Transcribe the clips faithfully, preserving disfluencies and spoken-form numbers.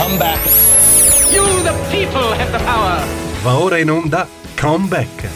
Comeback. You the people have the power. Va ora in onda Comeback.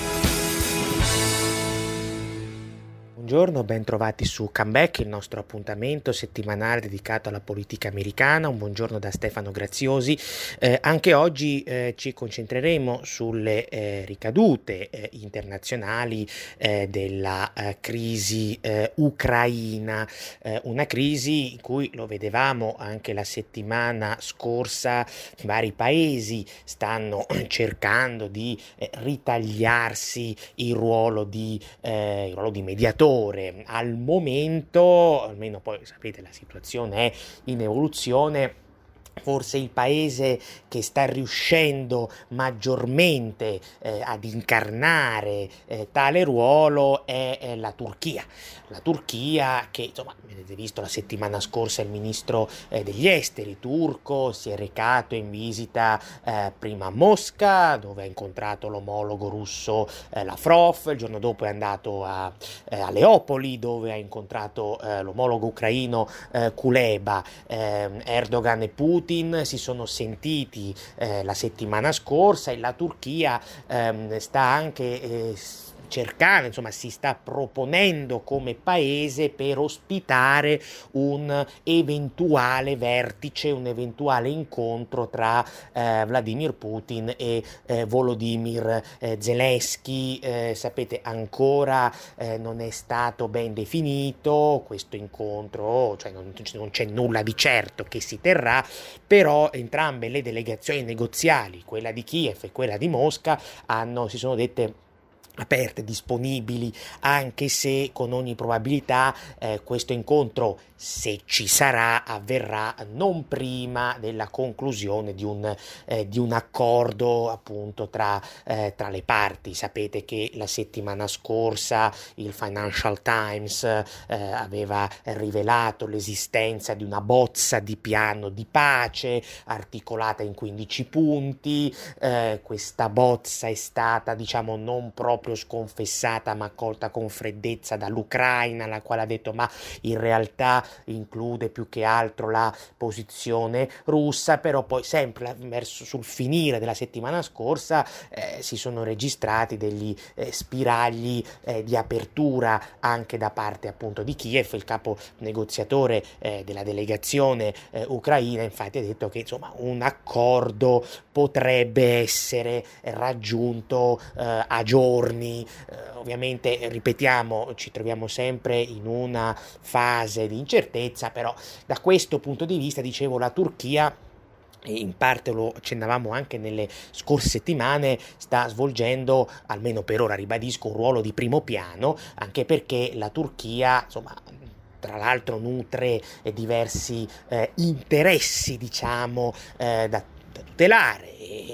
Buongiorno, ben trovati su Comeback, il nostro appuntamento settimanale dedicato alla politica americana. Un buongiorno da Stefano Graziosi. Eh, anche oggi eh, ci concentreremo sulle eh, ricadute eh, internazionali eh, della eh, crisi eh, ucraina, eh, una crisi in cui, lo vedevamo anche la settimana scorsa, vari paesi stanno cercando di eh, ritagliarsi il ruolo di, eh, il ruolo di mediatore. Al momento, almeno poi sapete, la situazione è in evoluzione. Forse il paese che sta riuscendo maggiormente eh, ad incarnare eh, tale ruolo è, è la Turchia. La Turchia che, insomma, avete visto la settimana scorsa il ministro eh, degli esteri turco si è recato in visita eh, prima a Mosca, dove ha incontrato l'omologo russo eh, Lavrov. Il giorno dopo è andato a, eh, a Leopoli, dove ha incontrato eh, l'omologo ucraino eh, Kuleba. eh, Erdogan e Putin si sono sentiti eh, la settimana scorsa e la Turchia ehm, sta anche eh, cercando, insomma, si sta proponendo come paese per ospitare un eventuale vertice, un eventuale incontro tra eh, Vladimir Putin e eh, Volodymyr eh, Zelensky. Eh, sapete, ancora eh, non è stato ben definito questo incontro, cioè non, non c'è nulla di certo che si terrà, però entrambe le delegazioni negoziali, quella di Kiev e quella di Mosca, hanno, si sono dette aperte, disponibili, anche se con ogni probabilità eh, questo incontro, se ci sarà, avverrà non prima della conclusione di un, eh, di un accordo appunto tra, eh, tra le parti. Sapete che la settimana scorsa il Financial Times eh, aveva rivelato l'esistenza di una bozza di piano di pace articolata in quindici punti. Eh, questa bozza è stata, diciamo, non proprio sconfessata ma accolta con freddezza dall'Ucraina, la quale ha detto ma in realtà include più che altro la posizione russa. Però poi sempre verso sul finire della settimana scorsa eh, si sono registrati degli eh, spiragli eh, di apertura anche da parte appunto di Kiev. Il capo negoziatore eh, della delegazione eh, ucraina infatti ha detto che, insomma, un accordo potrebbe essere raggiunto eh, a giorni. Uh, ovviamente, ripetiamo, ci troviamo sempre in una fase di incertezza, però da questo punto di vista, dicevo, la Turchia, e in parte lo accennavamo anche nelle scorse settimane, sta svolgendo, almeno per ora ribadisco, un ruolo di primo piano, anche perché la Turchia, insomma, tra l'altro nutre eh, diversi eh, interessi, diciamo, eh, da da tutelare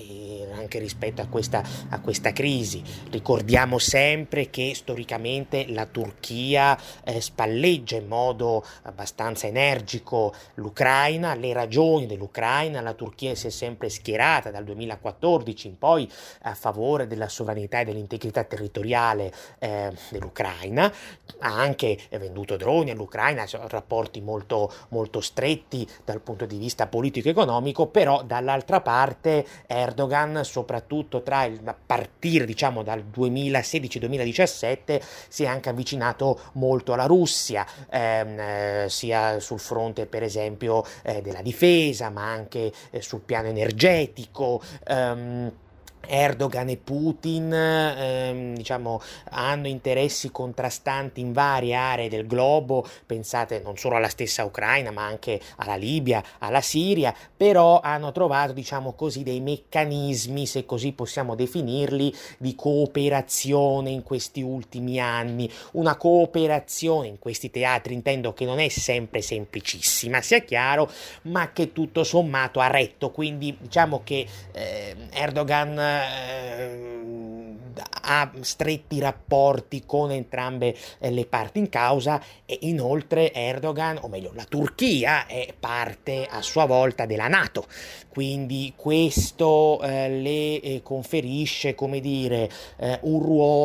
anche rispetto a questa, a questa crisi. Ricordiamo sempre che storicamente la Turchia eh, spalleggia in modo abbastanza energico l'Ucraina, le ragioni dell'Ucraina. La Turchia si è sempre schierata dal duemilaquattordici in poi a favore della sovranità e dell'integrità territoriale eh, dell'Ucraina, ha anche venduto droni all'Ucraina, sono rapporti molto, molto stretti dal punto di vista politico-economico. Però dall'altra parte Erdogan, soprattutto tra il, a partire diciamo dal duemilasedici duemiladiciassette, si è anche avvicinato molto alla Russia, ehm, eh, sia sul fronte per esempio eh, della difesa, ma anche eh, sul piano energetico. ehm, Erdogan e Putin ehm, diciamo hanno interessi contrastanti in varie aree del globo, pensate non solo alla stessa Ucraina ma anche alla Libia, alla Siria, però hanno trovato, diciamo così, dei meccanismi, se così possiamo definirli, di cooperazione in questi ultimi anni. Una cooperazione in questi teatri, intendo, che non è sempre semplicissima, sia chiaro, ma che tutto sommato ha retto. Quindi diciamo che eh, Erdogan ha stretti rapporti con entrambe eh, le parti in causa, e inoltre Erdogan, o meglio la Turchia, è parte a sua volta della NATO, quindi questo eh, le eh, conferisce, come dire, eh, un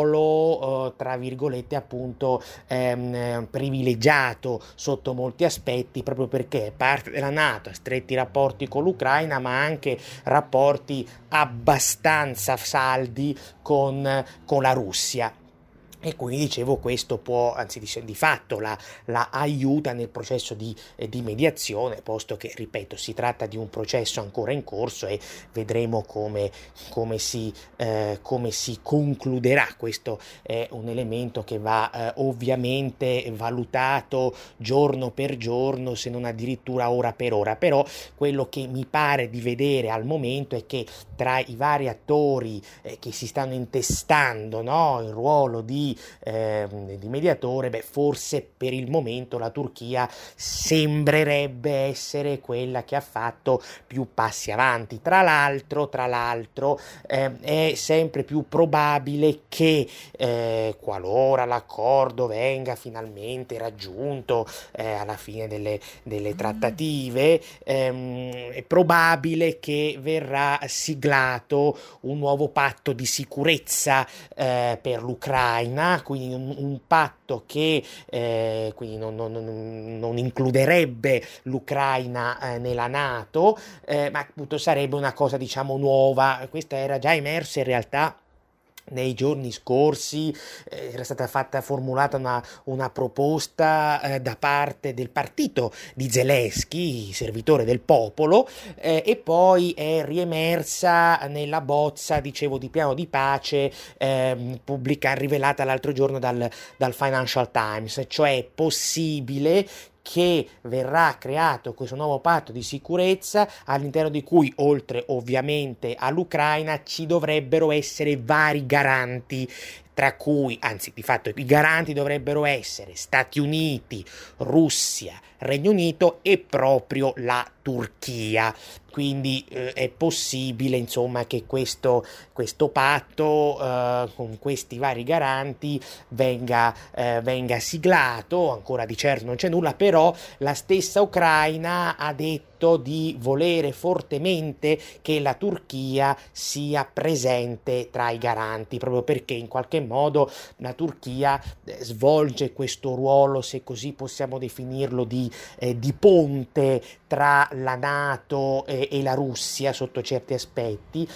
ruolo eh, tra virgolette appunto ehm, privilegiato sotto molti aspetti, proprio perché è parte della NATO, ha stretti rapporti con l'Ucraina, ma anche rapporti abbastanza saldi con, con la Russia. E quindi dicevo, questo può, anzi di, di fatto la, la aiuta nel processo di, eh, di mediazione, posto che, ripeto, si tratta di un processo ancora in corso e vedremo come, come, si, eh, come si concluderà. Questo è un elemento che va eh, ovviamente valutato giorno per giorno, se non addirittura ora per ora, però quello che mi pare di vedere al momento è che tra i vari attori eh, che si stanno intestando, no, il ruolo di Eh, di mediatore, beh, forse per il momento la Turchia sembrerebbe essere quella che ha fatto più passi avanti. Tra l'altro, tra l'altro eh, è sempre più probabile che eh, qualora l'accordo venga finalmente raggiunto eh, alla fine delle, delle trattative, ehm, è probabile che verrà siglato un nuovo patto di sicurezza eh, per l'Ucraina, quindi un, un patto che eh, quindi non, non, non, non includerebbe l'Ucraina eh, nella NATO, eh, ma appunto sarebbe una cosa, diciamo, nuova. Questa era già emersa in realtà nei giorni scorsi, eh, era stata fatta, formulata una, una proposta eh, da parte del partito di Zelensky, servitore del popolo, eh, e poi è riemersa nella bozza, dicevo, di piano di pace eh, pubblica, rivelata l'altro giorno dal, dal Financial Times, cioè è possibile che verrà creato questo nuovo patto di sicurezza, all'interno di cui, oltre ovviamente all'Ucraina, ci dovrebbero essere vari garanti, tra cui, anzi di fatto i garanti dovrebbero essere Stati Uniti, Russia, Regno Unito e proprio la Turchia. Quindi eh, è possibile, insomma, che questo, questo patto eh, con questi vari garanti venga, eh, venga siglato. Ancora di certo non c'è nulla, però la stessa Ucraina ha detto di volere fortemente che la Turchia sia presente tra i garanti, proprio perché in qualche modo la Turchia eh, svolge questo ruolo, se così possiamo definirlo, di, eh, di ponte tra la NATO e, e la Russia sotto certi aspetti,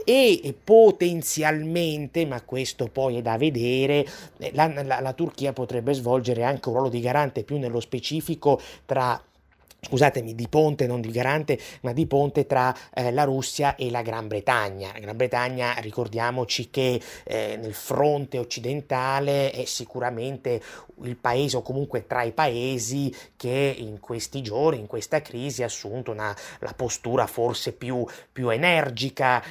e potenzialmente, ma questo poi è da vedere, la, la, la Turchia potrebbe svolgere anche un ruolo di garante, più nello specifico tra scusatemi, di ponte, non di garante, ma di ponte tra eh, la Russia e la Gran Bretagna. La Gran Bretagna, ricordiamoci che eh, nel fronte occidentale è sicuramente il paese, o comunque tra i paesi, che in questi giorni, in questa crisi, ha assunto una, la postura forse più, più energica,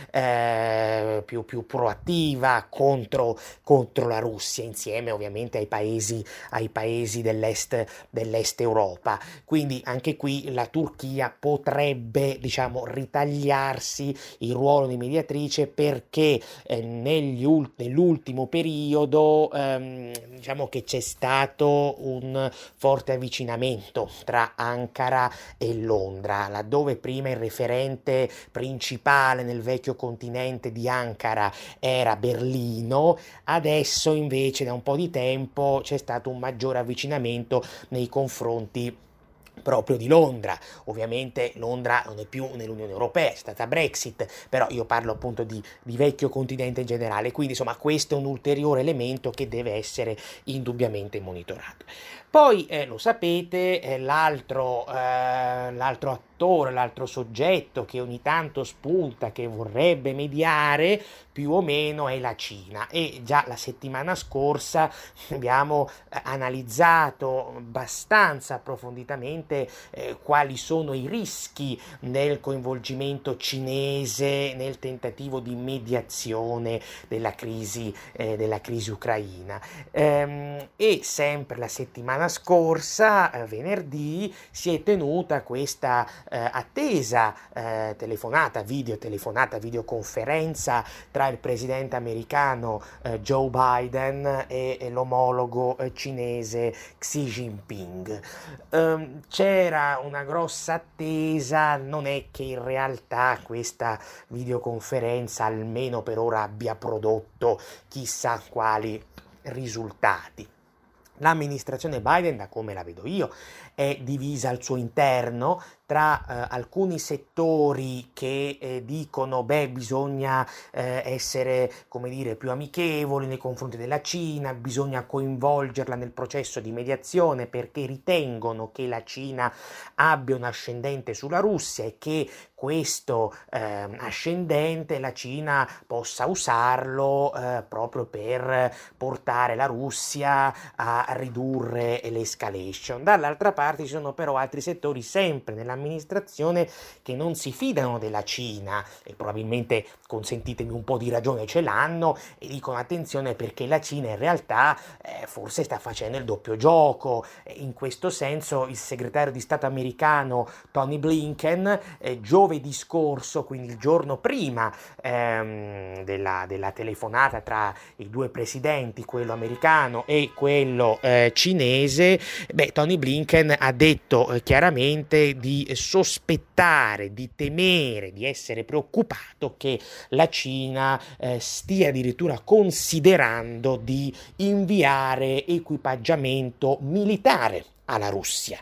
eh, più, più proattiva contro, contro la Russia, insieme ovviamente ai paesi, ai paesi dell'est, dell'est Europa. Quindi anche qui la Turchia potrebbe, diciamo, ritagliarsi il ruolo di mediatrice, perché eh, negli ult- nell'ultimo periodo ehm, diciamo che c'è stato un forte avvicinamento tra Ankara e Londra, laddove prima il referente principale nel vecchio continente di Ankara era Berlino, adesso invece da un po' di tempo c'è stato un maggiore avvicinamento nei confronti proprio di Londra. Ovviamente Londra non è più nell'Unione Europea, è stata Brexit, però io parlo appunto di, di vecchio continente in generale, quindi insomma questo è un ulteriore elemento che deve essere indubbiamente monitorato. Poi eh, lo sapete, eh, l'altro, eh, l'altro attore, l'altro soggetto che ogni tanto spunta, che vorrebbe mediare più o meno, è la Cina, e già la settimana scorsa abbiamo eh, analizzato abbastanza approfonditamente eh, quali sono i rischi nel coinvolgimento cinese nel tentativo di mediazione della crisi, eh, della crisi ucraina. Ehm, e sempre la settimana scorsa, eh, venerdì, si è tenuta questa questa eh, attesa eh, telefonata, videotelefonata, videoconferenza tra il presidente americano eh, Joe Biden e, e l'omologo eh, cinese Xi Jinping. Um, c'era una grossa attesa, non è che in realtà questa videoconferenza almeno per ora abbia prodotto chissà quali risultati. L'amministrazione Biden, da come la vedo io, è divisa al suo interno tra eh, alcuni settori che eh, dicono beh bisogna eh, essere, come dire, più amichevoli nei confronti della Cina, bisogna coinvolgerla nel processo di mediazione perché ritengono che la Cina abbia un ascendente sulla Russia e che questo eh, ascendente la Cina possa usarlo eh, proprio per portare la Russia a ridurre l'escalation. Dall'altra parte ci sono però altri settori sempre nell'amministrazione che non si fidano della Cina e probabilmente, consentitemi, un po' di ragione ce l'hanno e dicono attenzione perché la Cina in realtà eh, forse sta facendo il doppio gioco. In questo senso il segretario di Stato americano Tony Blinken eh, giovedì scorso, quindi il giorno prima ehm, della, della telefonata tra i due presidenti, quello americano e quello eh, cinese, beh, Tony Blinken ha detto eh, chiaramente di sospettare, di temere, di essere preoccupato che la Cina eh, stia addirittura considerando di inviare equipaggiamento militare alla Russia.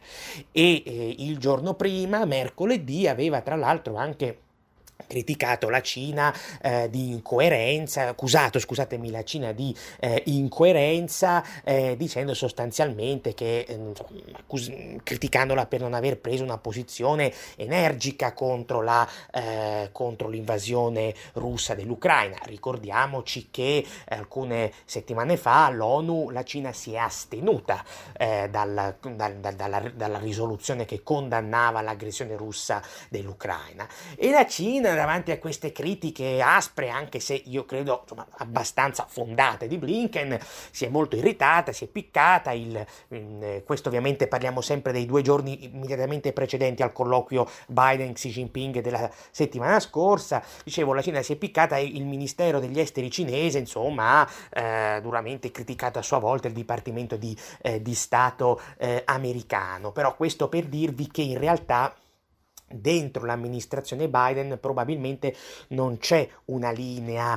E eh, il giorno prima, mercoledì, aveva tra l'altro anche criticato la Cina eh, di incoerenza, accusato, scusatemi, la Cina di eh, incoerenza, eh, dicendo sostanzialmente che, eh, insomma, accus- criticandola per non aver preso una posizione energica contro, la, eh, contro l'invasione russa dell'Ucraina. Ricordiamoci che eh, alcune settimane fa all'ONU la Cina si è astenuta eh, dal, dal, dal, dalla, dalla risoluzione che condannava l'aggressione russa dell'Ucraina. E la Cina, davanti a queste critiche aspre, anche se io credo insomma abbastanza fondate di Blinken, si è molto irritata, si è piccata. Il, in, questo ovviamente parliamo sempre dei due giorni immediatamente precedenti al colloquio Biden-Xi Jinping della settimana scorsa. Dicevo, la Cina si è piccata e il Ministero degli Esteri cinese insomma ha eh, duramente criticato a sua volta il Dipartimento di, eh, di Stato eh, americano. Però questo per dirvi che in realtà dentro l'amministrazione Biden probabilmente non c'è una linea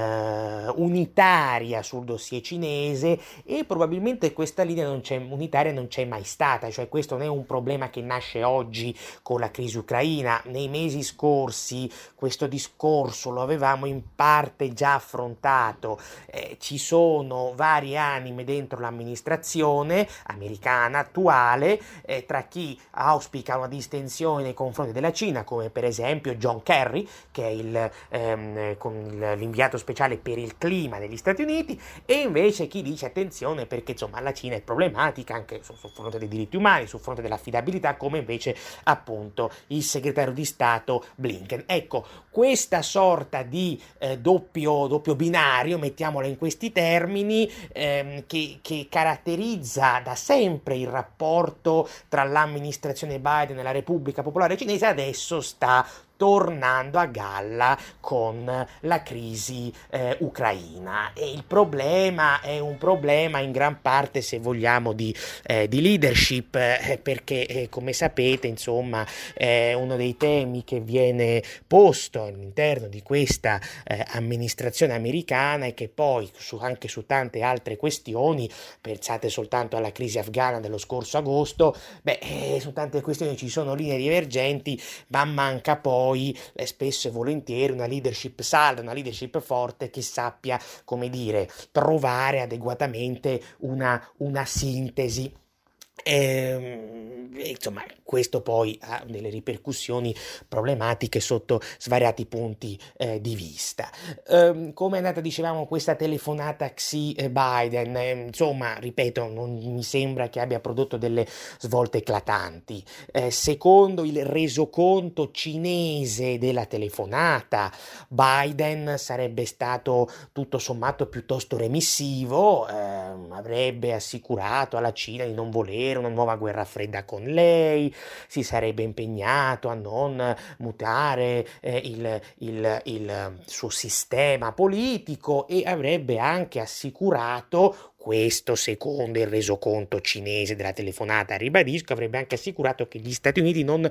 eh, unitaria sul dossier cinese e probabilmente questa linea non c'è unitaria, non c'è mai stata. Cioè questo non è un problema che nasce oggi con la crisi ucraina. Nei mesi scorsi questo discorso lo avevamo in parte già affrontato. Eh, ci sono varie anime dentro l'amministrazione americana attuale eh, tra chi auspica una distensione nei confronti della Cina, come per esempio John Kerry, che è il, ehm, con il, l'inviato speciale per il clima degli Stati Uniti, e invece chi dice attenzione perché insomma la Cina è problematica anche sul, sul fronte dei diritti umani, sul fronte dell'affidabilità, come invece appunto il segretario di Stato Blinken. Ecco, questa sorta di eh, doppio, doppio binario, mettiamola in questi termini, ehm, che, che caratterizza da sempre il rapporto tra l'amministrazione Biden e la Repubblica Popolare Cinese, adesso sta tornando a galla con la crisi eh, ucraina. E il problema è un problema in gran parte, se vogliamo, di, eh, di leadership, eh, perché eh, come sapete insomma eh, uno dei temi che viene posto all'interno di questa eh, amministrazione americana e che poi su, anche su tante altre questioni, pensate soltanto alla crisi afghana dello scorso agosto, beh eh, su tante questioni ci sono linee divergenti, ma manca poi Poi, eh, spesso e volentieri una leadership salda, una leadership forte che sappia, come dire, trovare adeguatamente una, una sintesi. E, insomma, questo poi ha delle ripercussioni problematiche sotto svariati punti eh, di vista. Um, come è andata, dicevamo, questa telefonata Xi-Biden? Eh, insomma, ripeto, non mi sembra che abbia prodotto delle svolte eclatanti. Eh, secondo il resoconto cinese della telefonata, Biden sarebbe stato tutto sommato piuttosto remissivo, eh, avrebbe assicurato alla Cina di non volere avere una nuova guerra fredda con lei, si sarebbe impegnato a non mutare eh, il, il, il suo sistema politico e avrebbe anche assicurato, questo secondo il resoconto cinese della telefonata, ribadisco, avrebbe anche assicurato che gli Stati Uniti non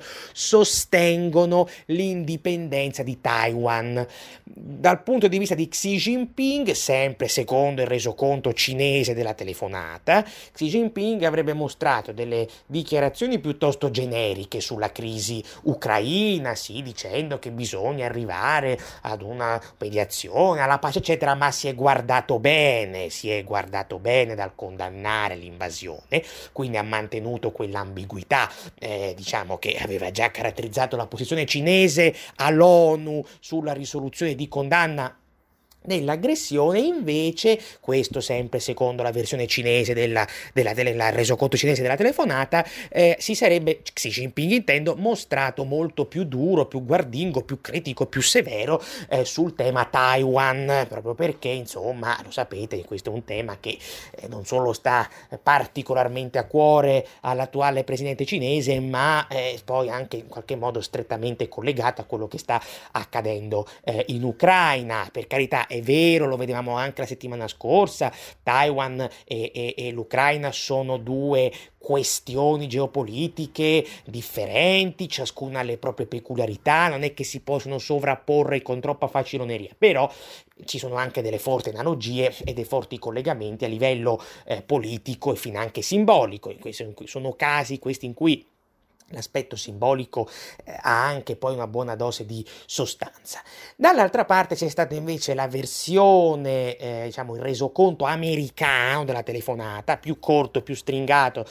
sostengono l'indipendenza di Taiwan. Dal punto di vista di Xi Jinping, sempre secondo il resoconto cinese della telefonata, Xi Jinping avrebbe mostrato delle dichiarazioni piuttosto generiche sulla crisi ucraina, sì, dicendo che bisogna arrivare ad una mediazione, alla pace, eccetera, ma si è guardato bene, si è guardato bene bene dal condannare l'invasione, quindi ha mantenuto quell'ambiguità eh, diciamo che aveva già caratterizzato la posizione cinese all'ONU sulla risoluzione di condanna dell'aggressione. Invece, questo sempre secondo la versione cinese della, della, della resoconto cinese della telefonata, eh, si sarebbe, Xi Jinping intendo, mostrato molto più duro, più guardingo, più critico, più severo eh, sul tema Taiwan, proprio perché, insomma, lo sapete, questo è un tema che eh, non solo sta particolarmente a cuore all'attuale presidente cinese, ma eh, poi anche in qualche modo strettamente collegato a quello che sta accadendo eh, in Ucraina. Per carità, è vero, lo vedevamo anche la settimana scorsa, Taiwan e, e, e l'Ucraina sono due questioni geopolitiche differenti, ciascuna ha le proprie peculiarità, non è che si possono sovrapporre con troppa faciloneria, però ci sono anche delle forti analogie e dei forti collegamenti a livello eh, politico e finanche simbolico. In questo, in cui sono casi questi in cui l'aspetto simbolico eh, ha anche poi una buona dose di sostanza. Dall'altra parte c'è stata invece la versione, eh, diciamo il resoconto americano della telefonata, più corto, più stringato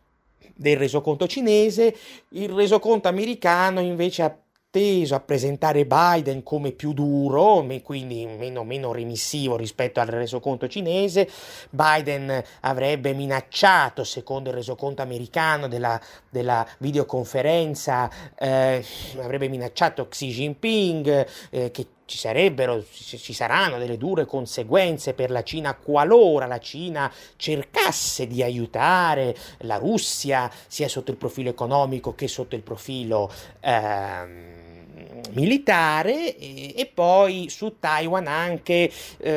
del resoconto cinese. Il resoconto americano invece ha teso a presentare Biden come più duro, quindi meno, meno remissivo rispetto al resoconto cinese. Biden avrebbe minacciato, secondo il resoconto americano della, della videoconferenza, eh, avrebbe minacciato Xi Jinping eh, che ci sarebbero, ci saranno delle dure conseguenze per la Cina qualora la Cina cercasse di aiutare la Russia sia sotto il profilo economico che sotto il profilo ehm, militare. E, e poi su Taiwan anche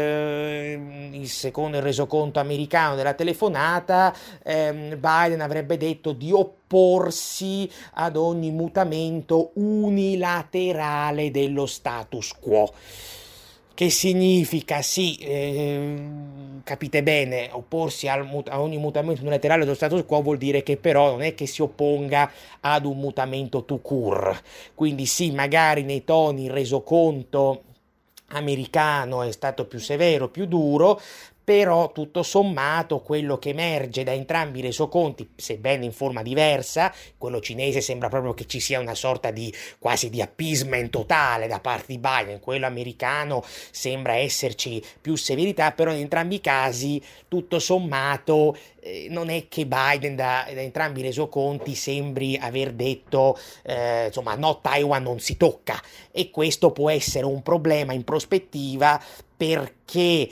eh, il secondo il resoconto americano della telefonata, ehm, Biden avrebbe detto di opporsi ad ogni mutamento unilaterale dello status quo. Che significa, sì, eh, capite bene, opporsi al, a ogni mutamento unilaterale dello status quo vuol dire che però non è che si opponga ad un mutamento tout court. Quindi sì, magari nei toni il resoconto americano è stato più severo, più duro, però tutto sommato quello che emerge da entrambi i resoconti, sebbene in forma diversa, quello cinese sembra proprio che ci sia una sorta di quasi di appeasement totale da parte di Biden, quello americano sembra esserci più severità, però in entrambi i casi tutto sommato eh, non è che Biden da, da entrambi i resoconti sembri aver detto eh, insomma no, Taiwan non si tocca, e questo può essere un problema in prospettiva, perché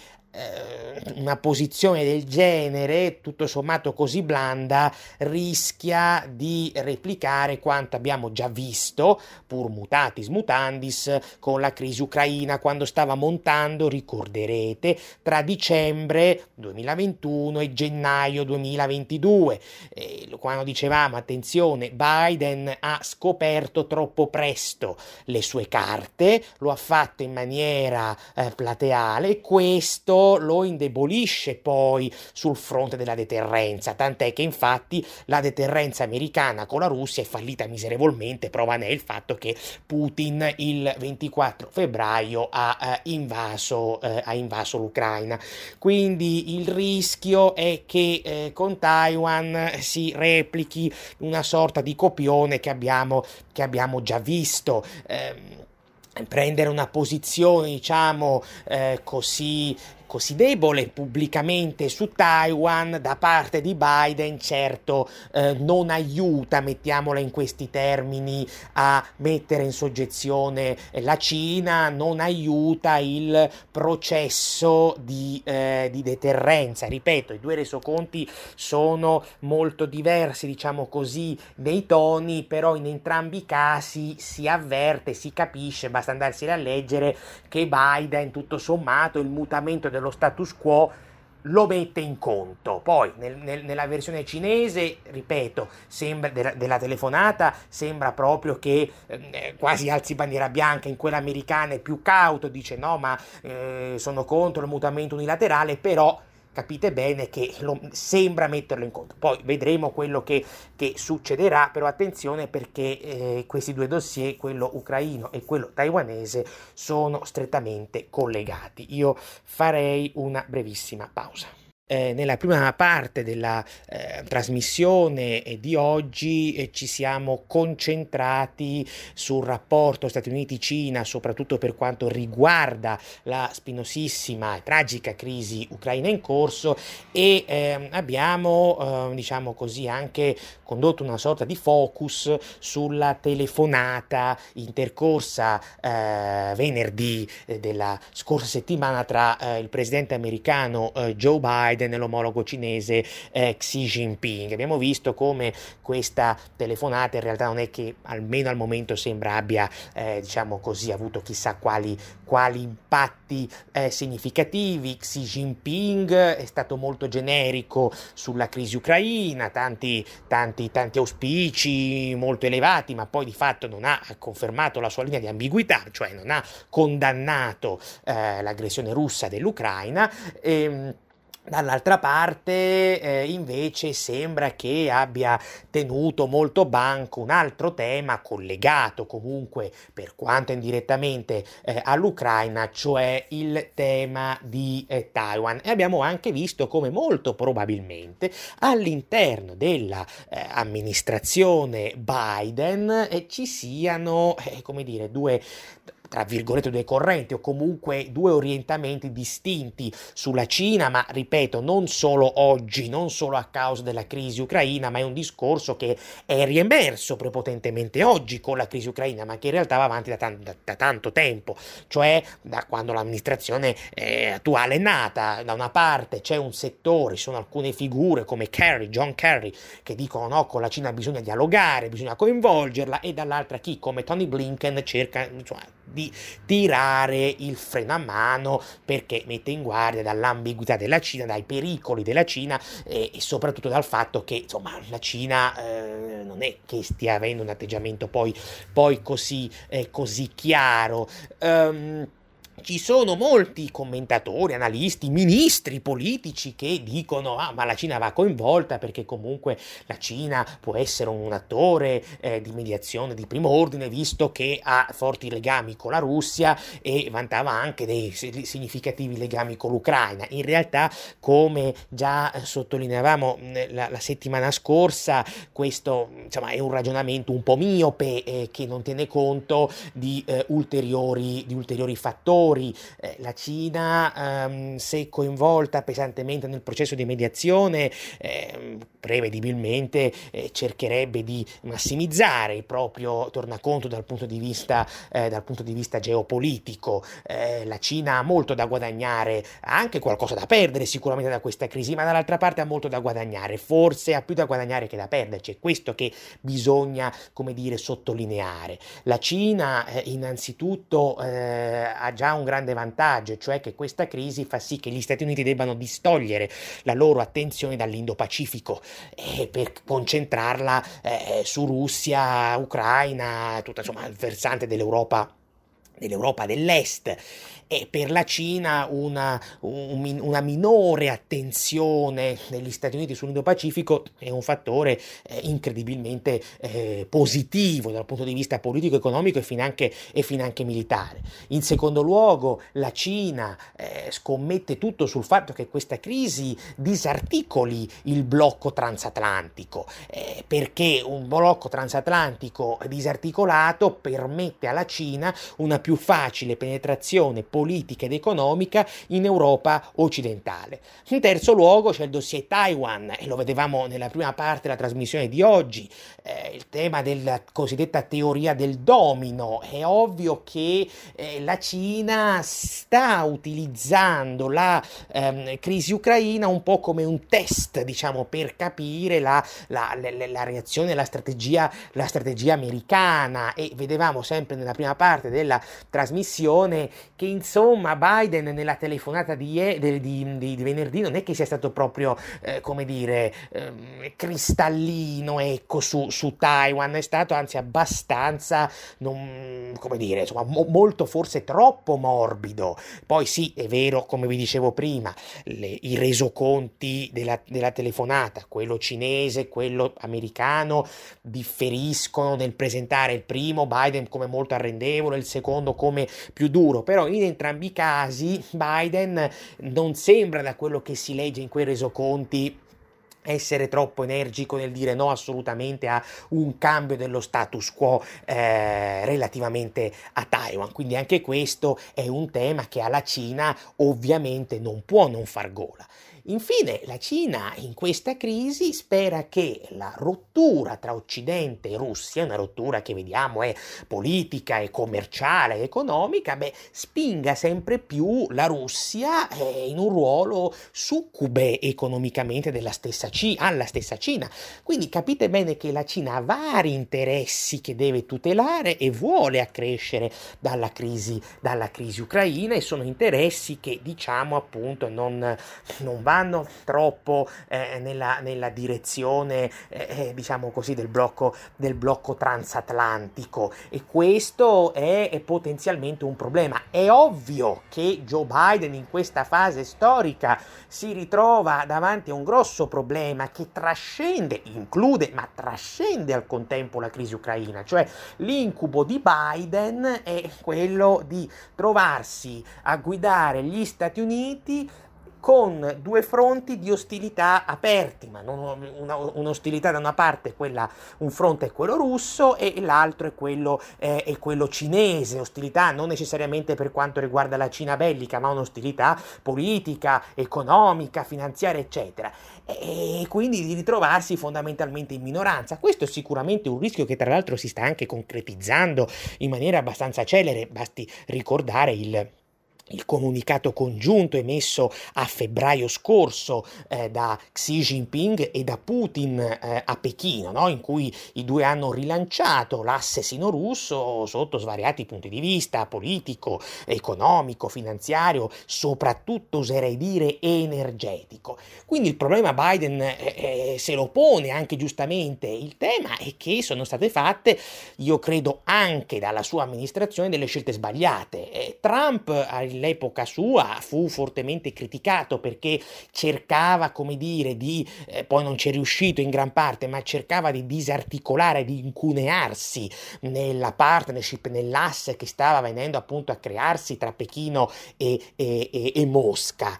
una posizione del genere, tutto sommato così blanda, rischia di replicare quanto abbiamo già visto, pur mutatis mutandis, con la crisi ucraina, quando stava montando, ricorderete, tra dicembre duemilaventuno e gennaio duemilaventidue, eh, quando dicevamo attenzione, Biden ha scoperto troppo presto le sue carte, lo ha fatto in maniera eh, plateale, e questo lo indebolisce poi sul fronte della deterrenza, tant'è che infatti la deterrenza americana con la Russia è fallita miserevolmente. Prova ne è il fatto che Putin il ventiquattro febbraio ha eh, invaso eh, ha invaso l'Ucraina. Quindi il rischio è che eh, con Taiwan si replichi una sorta di copione che abbiamo che abbiamo già visto. Eh, prendere una posizione diciamo eh, così così debole pubblicamente su Taiwan da parte di Biden certo eh, non aiuta, mettiamola in questi termini, a mettere in soggezione la Cina, non aiuta il processo di, eh, di deterrenza. Ripeto, i due resoconti sono molto diversi, diciamo così, nei toni, però in entrambi i casi si avverte, si capisce, basta andarsene a leggere, che Biden tutto sommato il mutamento dello status quo lo mette in conto. Poi nel, nel, nella versione cinese, ripeto, sembra della, della telefonata, sembra proprio che eh, quasi alzi bandiera bianca. In quella americana è più cauto, dice no ma eh, sono contro il mutamento unilaterale, però capite bene che lo, sembra metterlo in conto. Poi vedremo quello che, che succederà, però attenzione perché eh, questi due dossier, quello ucraino e quello taiwanese, sono strettamente collegati. Io farei una brevissima pausa. Eh, nella prima parte della eh, trasmissione eh, di oggi eh, ci siamo concentrati sul rapporto Stati Uniti-Cina, soprattutto per quanto riguarda la spinosissima e tragica crisi ucraina in corso, e eh, abbiamo eh, diciamo così anche condotto una sorta di focus sulla telefonata intercorsa eh, venerdì eh, della scorsa settimana tra eh, il presidente americano eh, Joe Biden nell'omologo cinese eh, Xi Jinping. Abbiamo visto come questa telefonata in realtà non è che, almeno al momento, sembra abbia eh, diciamo così avuto chissà quali, quali impatti eh, significativi. Xi Jinping è stato molto generico sulla crisi ucraina, tanti, tanti, tanti auspici molto elevati, ma poi di fatto non ha confermato la sua linea di ambiguità, cioè non ha condannato eh, l'aggressione russa dell'Ucraina. E, dall'altra parte eh, invece sembra che abbia tenuto molto banco un altro tema collegato comunque per quanto indirettamente eh, all'Ucraina, cioè il tema di eh, Taiwan. E abbiamo anche visto come molto probabilmente all'interno della eh, amministrazione Biden eh, ci siano eh, come dire due tra virgolette due correnti o comunque due orientamenti distinti sulla Cina, ma ripeto non solo oggi, non solo a causa della crisi ucraina, ma è un discorso che è riemerso prepotentemente oggi con la crisi ucraina, ma che in realtà va avanti da, t- da, da tanto tempo, cioè da quando l'amministrazione eh, attuale è nata. Da una parte c'è un settore, ci sono alcune figure come Kerry, John Kerry, che dicono no, con la Cina bisogna dialogare, bisogna coinvolgerla, e dall'altra chi come Tony Blinken cerca insomma di tirare il freno a mano perché mette in guardia dall'ambiguità della Cina, dai pericoli della Cina e, e soprattutto dal fatto che insomma la Cina eh, non è che stia avendo un atteggiamento poi, poi così, eh, così chiaro. Um, Ci sono molti commentatori, analisti, ministri politici che dicono ah, ma la Cina va coinvolta perché comunque la Cina può essere un attore eh, di mediazione di primo ordine, visto che ha forti legami con la Russia e vantava anche dei significativi legami con l'Ucraina. In realtà, come già sottolineavamo la, la settimana scorsa, questo insomma è un ragionamento un po' miope eh, che non tiene conto di eh, ulteriori, di ulteriori fattori. Eh, la Cina, ehm, se coinvolta pesantemente nel processo di mediazione, eh, prevedibilmente eh, cercherebbe di massimizzare il proprio tornaconto dal punto di vista, eh, dal punto di vista geopolitico. Eh, la Cina ha molto da guadagnare, ha anche qualcosa da perdere sicuramente da questa crisi, ma dall'altra parte ha molto da guadagnare, forse ha più da guadagnare che da perdere. C'è questo che bisogna, come dire, sottolineare. La Cina eh, innanzitutto eh, ha già un grande vantaggio, cioè che questa crisi fa sì che gli Stati Uniti debbano distogliere la loro attenzione dall'Indo-Pacifico eh, per concentrarla eh, su Russia, Ucraina, tutta insomma il versante dell'Europa dell'Europa dell'Est. E per la Cina una, un, una minore attenzione degli Stati Uniti sull'Indo-Pacifico è un fattore eh, incredibilmente eh, positivo dal punto di vista politico-economico e finanche, e finanche militare. In secondo luogo, la Cina eh, scommette tutto sul fatto che questa crisi disarticoli il blocco transatlantico, eh, perché un blocco transatlantico disarticolato permette alla Cina una più facile penetrazione politica ed economica in Europa occidentale. In terzo luogo c'è il dossier Taiwan, e lo vedevamo nella prima parte della trasmissione di oggi, eh, il tema della cosiddetta teoria del domino. È ovvio che eh, la Cina sta utilizzando la ehm, crisi ucraina un po' come un test, diciamo, per capire la, la, la, la reazione, la strategia, la strategia americana, e vedevamo sempre nella prima parte della trasmissione che insomma Biden nella telefonata di, di, di, di venerdì non è che sia stato proprio eh, come dire eh, cristallino, ecco, su, su Taiwan, è stato anzi abbastanza non, come dire insomma mo, molto forse troppo morbido. Poi sì, è vero, come vi dicevo prima, le, i resoconti della, della telefonata, quello cinese, quello americano, differiscono nel presentare il primo Biden come molto arrendevole, il secondo come più duro, però in entrambi i casi Biden non sembra, da quello che si legge in quei resoconti, essere troppo energico nel dire no assolutamente a un cambio dello status quo eh, relativamente a Taiwan. Quindi anche questo è un tema che alla Cina ovviamente non può non far gola. Infine, la Cina in questa crisi spera che la rottura tra Occidente e Russia, una rottura che vediamo è politica e commerciale e economica, beh, spinga sempre più la Russia eh, in un ruolo succube economicamente della stessa C- alla stessa Cina. Quindi capite bene che la Cina ha vari interessi che deve tutelare e vuole accrescere dalla crisi, dalla crisi ucraina, e sono interessi che, diciamo appunto, non, non vanno vanno troppo eh, nella, nella direzione eh, diciamo così del blocco, del blocco transatlantico, e questo è, è potenzialmente un problema. È ovvio che Joe Biden in questa fase storica si ritrova davanti a un grosso problema che trascende, include, ma trascende al contempo la crisi ucraina, cioè l'incubo di Biden è quello di trovarsi a guidare gli Stati Uniti con due fronti di ostilità aperti, ma non una, un'ostilità da una parte, quella, un fronte è quello russo e l'altro è quello, eh, è quello cinese, ostilità non necessariamente per quanto riguarda la Cina bellica, ma un'ostilità politica, economica, finanziaria, eccetera. E quindi di ritrovarsi fondamentalmente in minoranza. Questo è sicuramente un rischio che tra l'altro si sta anche concretizzando in maniera abbastanza celere, basti ricordare il Il comunicato congiunto emesso a febbraio scorso eh, da Xi Jinping e da Putin eh, a Pechino, no? In cui i due hanno rilanciato l'asse sino-russo sotto svariati punti di vista, politico, economico, finanziario, soprattutto oserei dire energetico. Quindi il problema Biden eh, eh, se lo pone anche giustamente. Il tema è che sono state fatte, io credo anche dalla sua amministrazione, delle scelte sbagliate. Eh, Trump all'epoca sua fu fortemente criticato perché cercava, come dire, di eh, poi non ci è riuscito in gran parte, ma cercava di disarticolare, di incunearsi nella partnership, nell'asse che stava venendo appunto a crearsi tra Pechino e, e, e, e Mosca.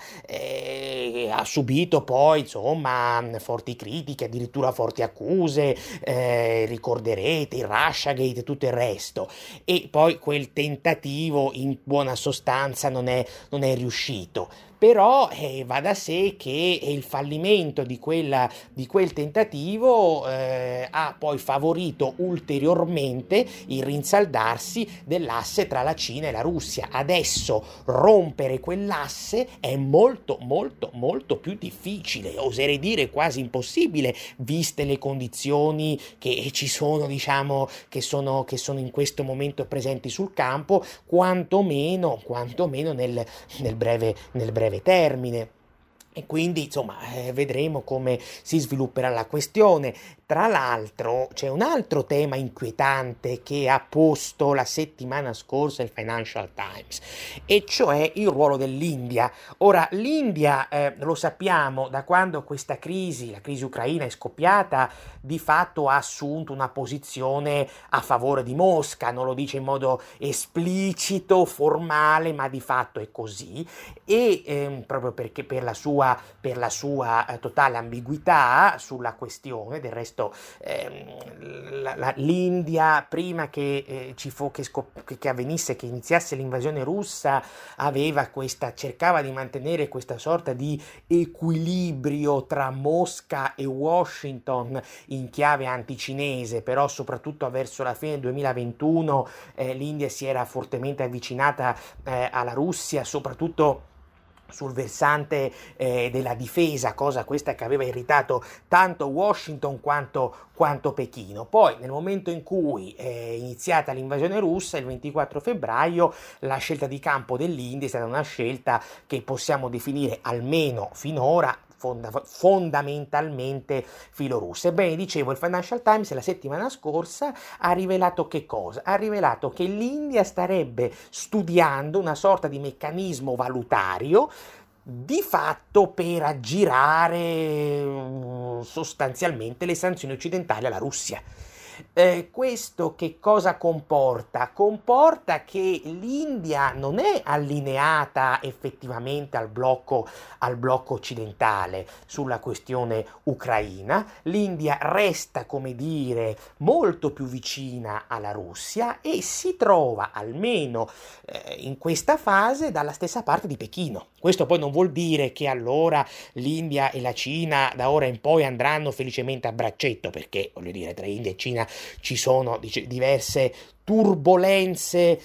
Eh, ha subito poi insomma forti critiche, addirittura forti accuse, eh, ricorderete il Russiagate e tutto il resto, e poi quel tentativo in buona sostanza non è, non è riuscito. Però eh, va da sé che il fallimento di, quella, di quel tentativo eh, ha poi favorito ulteriormente il rinsaldarsi dell'asse tra la Cina e la Russia. Adesso rompere quell'asse è molto molto molto più difficile, oserei dire quasi impossibile, viste le condizioni che ci sono, diciamo, che sono, che sono in questo momento presenti sul campo, quantomeno, quantomeno nel, nel breve, nel breve termine. E quindi insomma eh, vedremo come si svilupperà la questione. Tra l'altro c'è un altro tema inquietante che ha posto la settimana scorsa il Financial Times, e cioè il ruolo dell'India. Ora l'India, eh, lo sappiamo, da quando questa crisi, la crisi ucraina è scoppiata, di fatto ha assunto una posizione a favore di Mosca, non lo dice in modo esplicito, formale, ma di fatto è così, e eh, proprio perché per la sua per la sua eh, totale ambiguità sulla questione. Del resto resto ehm, la, la, l'India, prima che, eh, ci fu, che, scop- che, che avvenisse, che iniziasse l'invasione russa, aveva questa, cercava di mantenere questa sorta di equilibrio tra Mosca e Washington in chiave anticinese, però soprattutto verso la fine del duemilaventuno eh, l'India si era fortemente avvicinata eh, alla Russia, soprattutto sul versante eh, della difesa, cosa questa che aveva irritato tanto Washington quanto, quanto Pechino. Poi nel momento in cui è iniziata l'invasione russa, il ventiquattro febbraio, la scelta di campo dell'India è stata una scelta che possiamo definire, almeno finora, Fonda- fondamentalmente filorussa. Ebbene, dicevo, il Financial Times la settimana scorsa ha rivelato che cosa? Ha rivelato che l'India starebbe studiando una sorta di meccanismo valutario di fatto per aggirare sostanzialmente le sanzioni occidentali alla Russia. Eh, questo che cosa comporta? Comporta che l'India non è allineata effettivamente al blocco, al blocco occidentale sulla questione ucraina. L'India resta, come dire, molto più vicina alla Russia e si trova, almeno eh, in questa fase, dalla stessa parte di Pechino. Questo poi non vuol dire che allora l'India e la Cina da ora in poi andranno felicemente a braccetto, perché, voglio dire, tra India e Cina ci sono dice, diverse turbolenze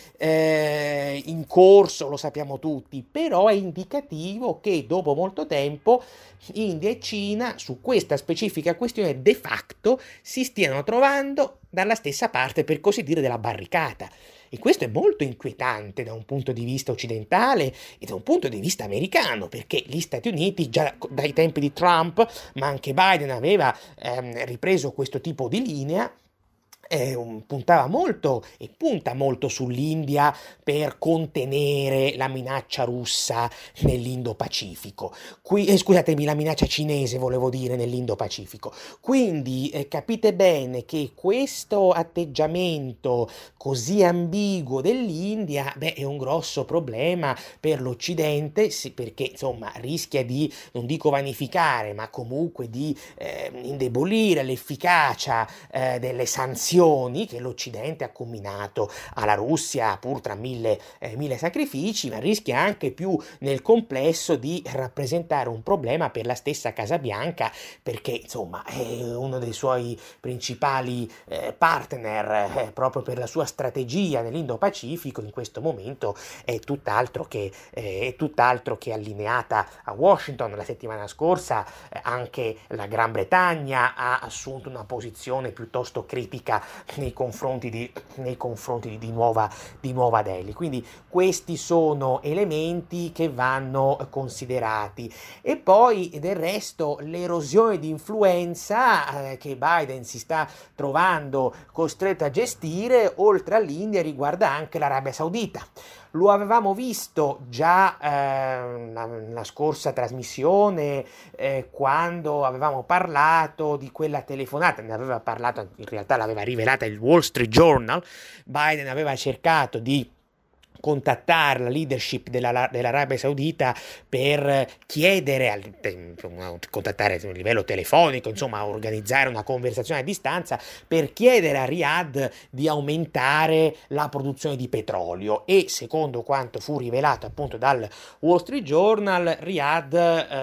eh, in corso, lo sappiamo tutti, però è indicativo che dopo molto tempo India e Cina su questa specifica questione de facto si stiano trovando dalla stessa parte, per così dire, della barricata. E questo è molto inquietante da un punto di vista occidentale e da un punto di vista americano, perché gli Stati Uniti già dai tempi di Trump, ma anche Biden aveva ehm, ripreso questo tipo di linea, Eh, puntava molto e punta molto sull'India per contenere la minaccia russa nell'Indo-Pacifico. Qui, eh, scusatemi, la minaccia cinese volevo dire nell'Indo-Pacifico. Quindi eh, capite bene che questo atteggiamento così ambiguo dell'India, beh, è un grosso problema per l'Occidente, sì, perché insomma rischia di, non dico vanificare, ma comunque di eh, indebolire l'efficacia eh, delle sanzioni che l'Occidente ha comminato alla Russia, pur tra mille, eh, mille sacrifici, ma rischia anche più nel complesso di rappresentare un problema per la stessa Casa Bianca, perché insomma è uno dei suoi principali eh, partner eh, proprio per la sua strategia nell'Indo-Pacifico in questo momento è tutt'altro che, eh, è tutt'altro che allineata a Washington. La settimana scorsa eh, anche la Gran Bretagna ha assunto una posizione piuttosto critica nei confronti di, nei confronti di, nuova, di Nuova Delhi. Quindi questi sono elementi che vanno considerati. E poi del resto l'erosione di influenza eh, che Biden si sta trovando costretto a gestire, oltre all'India, riguarda anche l'Arabia Saudita. Lo avevamo visto già eh, nella scorsa trasmissione eh, quando avevamo parlato di quella telefonata, ne aveva parlato, in realtà l'aveva rivelata il Wall Street Journal. Biden aveva cercato di contattare la leadership della, dell'Arabia Saudita per chiedere, al, contattare a livello telefonico, insomma organizzare una conversazione a distanza per chiedere a Riyadh di aumentare la produzione di petrolio. E secondo quanto fu rivelato appunto dal Wall Street Journal, Riyadh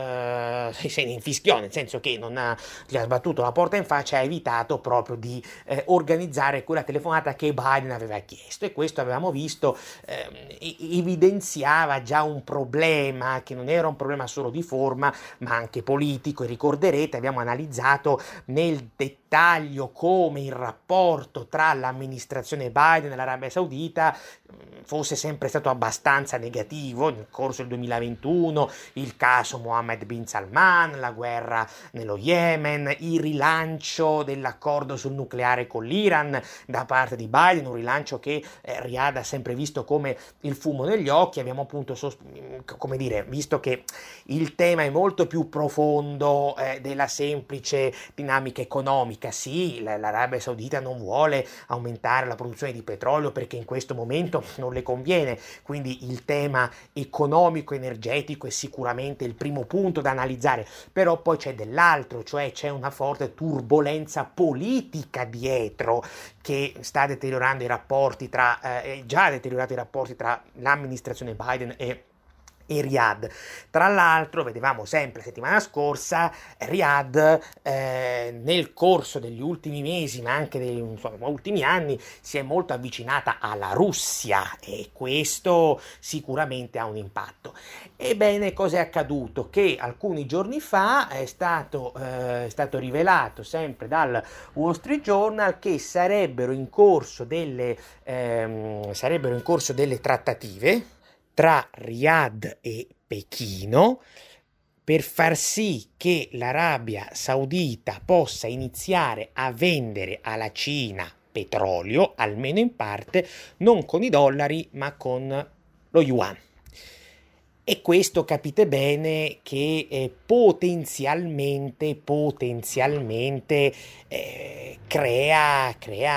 eh, se ne infischiò, nel senso che non ha, gli ha sbattuto la porta in faccia, ha evitato proprio di eh, organizzare quella telefonata che Biden aveva chiesto. E questo avevamo visto eh, evidenziava già un problema che non era un problema solo di forma ma anche politico. E ricorderete, abbiamo analizzato nel dettaglio come il rapporto tra l'amministrazione Biden e l'Arabia Saudita fosse sempre stato abbastanza negativo nel corso del duemilaventuno, il caso Mohammed bin Salman, la guerra nello Yemen, il rilancio dell'accordo sul nucleare con l'Iran da parte di Biden, un rilancio che eh, Riyadh ha sempre visto come il fumo negli occhi. Abbiamo appunto sos- come dire, visto che il tema è molto più profondo eh, della semplice dinamica economica, economica. Sì, l'Arabia Saudita non vuole aumentare la produzione di petrolio perché in questo momento non le conviene, quindi il tema economico energetico è sicuramente il primo punto da analizzare, però poi c'è dell'altro, cioè c'è una forte turbolenza politica dietro che sta deteriorando i rapporti tra, eh, già ha deteriorato i rapporti tra l'amministrazione Biden e e Riyadh. Tra l'altro, vedevamo sempre la settimana scorsa, Riyadh eh, nel corso degli ultimi mesi, ma anche degli insomma, ultimi anni, si è molto avvicinata alla Russia e questo sicuramente ha un impatto. Ebbene, cosa è accaduto? Che alcuni giorni fa è stato, eh, è stato rivelato sempre dal Wall Street Journal che sarebbero in corso delle, ehm, sarebbero in corso delle trattative tra Riyadh e Pechino per far sì che l'Arabia Saudita possa iniziare a vendere alla Cina petrolio, almeno in parte, non con i dollari ma con lo yuan. E questo capite bene che eh, potenzialmente, potenzialmente eh, crea,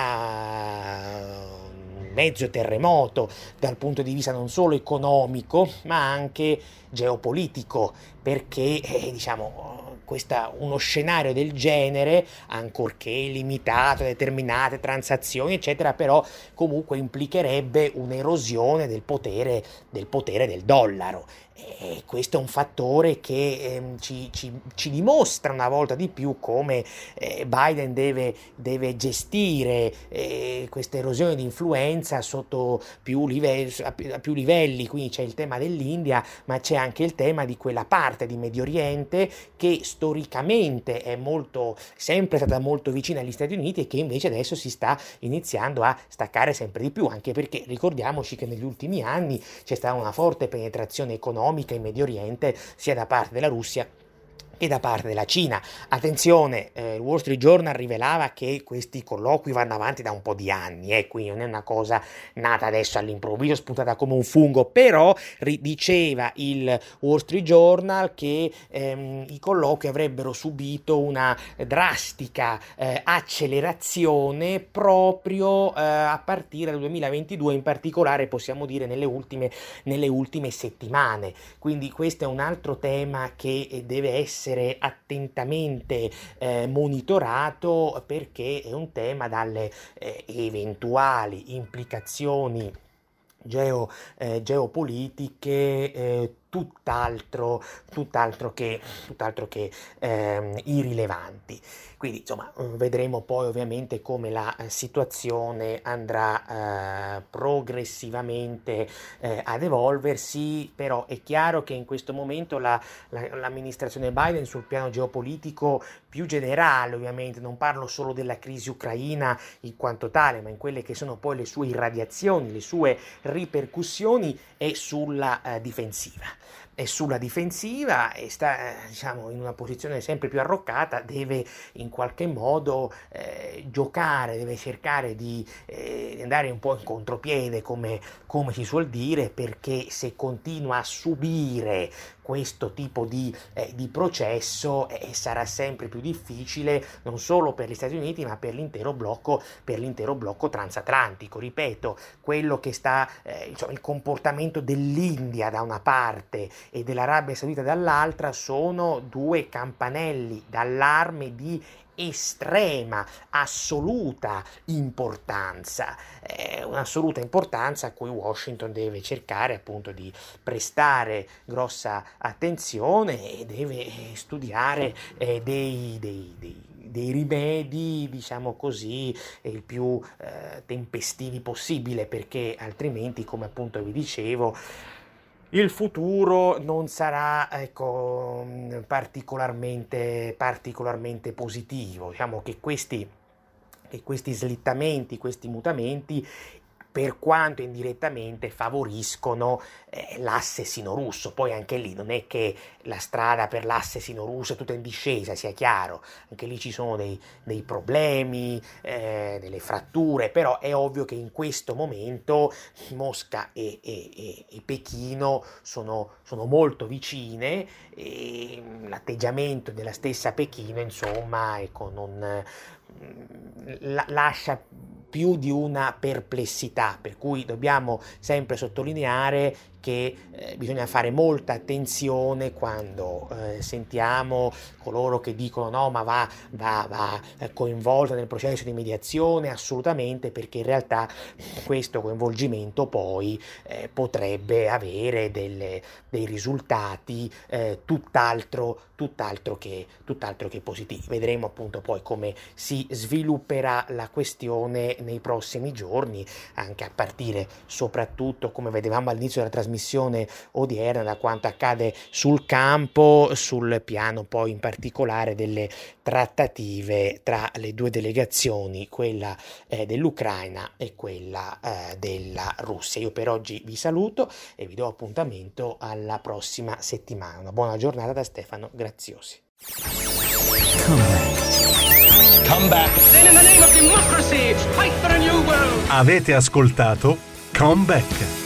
crea mezzo terremoto dal punto di vista non solo economico ma anche geopolitico, perché eh, diciamo questa, uno scenario del genere, ancorché limitato a determinate transazioni eccetera, però comunque implicherebbe un'erosione del potere del potere del dollaro. E questo è un fattore che eh, ci, ci, ci dimostra una volta di più come eh, Biden deve, deve gestire eh, questa erosione di influenza sotto più livelli, a più livelli, quindi c'è il tema dell'India, ma c'è anche il tema di quella parte di Medio Oriente che storicamente è molto, sempre stata molto vicina agli Stati Uniti e che invece adesso si sta iniziando a staccare sempre di più, anche perché ricordiamoci che negli ultimi anni c'è stata una forte penetrazione economica in Medio Oriente sia da parte della Russia e da parte della Cina. Attenzione, eh, il Wall Street Journal rivelava che questi colloqui vanno avanti da un po' di anni, eh, quindi non è una cosa nata adesso all'improvviso, spuntata come un fungo, però ri- diceva il Wall Street Journal che ehm, i colloqui avrebbero subito una drastica eh, accelerazione proprio eh, a partire dal duemilaventidue, in particolare possiamo dire nelle ultime, nelle ultime settimane. Quindi questo è un altro tema che eh, deve essere attentamente eh, monitorato, perché è un tema dalle eh, eventuali implicazioni geo, eh, geopolitiche eh, tutt'altro, tutt'altro che, tutt'altro che eh, irrilevanti. Quindi insomma vedremo poi ovviamente come la situazione andrà eh, progressivamente eh, ad evolversi, però è chiaro che in questo momento la, la, l'amministrazione Biden sul piano geopolitico più generale, ovviamente non parlo solo della crisi ucraina in quanto tale, ma in quelle che sono poi le sue irradiazioni, le sue ripercussioni, è sulla eh, difensiva. È sulla difensiva e sta diciamo in una posizione sempre più arroccata, deve in qualche modo eh, giocare, deve cercare di eh, andare un po' in contropiede, come, come si suol dire, perché se continua a subire questo tipo di, eh, di processo eh, sarà sempre più difficile non solo per gli Stati Uniti ma per l'intero blocco, per l'intero blocco transatlantico. Ripeto, quello che sta eh, insomma, il comportamento dell'India da una parte e dell'Arabia Saudita dall'altra sono due campanelli d'allarme di estrema, assoluta importanza, eh, un'assoluta importanza a cui Washington deve cercare appunto di prestare grossa attenzione e deve studiare eh, dei, dei, dei dei rimedi, diciamo così, il più eh, tempestivi possibile, perché altrimenti, come appunto vi dicevo, il futuro non sarà ecco, particolarmente, particolarmente positivo. Diciamo che questi, che questi slittamenti, questi mutamenti, per quanto indirettamente favoriscono eh, l'asse sino-russo. Poi anche lì non è che la strada per l'asse sino-russo è tutta in discesa, sia chiaro, anche lì ci sono dei, dei problemi, eh, delle fratture, però è ovvio che in questo momento Mosca e, e, e, e Pechino sono, sono molto vicine e l'atteggiamento della stessa Pechino insomma ecco, non, la, lascia più di una perplessità, per cui dobbiamo sempre sottolineare che eh, bisogna fare molta attenzione quando eh, sentiamo coloro che dicono no ma va, va, va coinvolto nel processo di mediazione, assolutamente, perché in realtà questo coinvolgimento poi eh, potrebbe avere delle, dei risultati eh, tutt'altro, tutt'altro, che, tutt'altro che positivi. Vedremo appunto poi come si svilupperà la questione nei prossimi giorni, anche a partire soprattutto, come vedevamo all'inizio della trasmissione odierna, da quanto accade sul campo, sul piano poi in particolare delle trattative tra le due delegazioni, quella eh, dell'Ucraina e quella eh, della Russia. Io per oggi vi saluto e vi do appuntamento alla prossima settimana. Una buona giornata da Stefano Graziosi. Come back. Then in the name of democracy, fight for a new world. Avete ascoltato Come Back.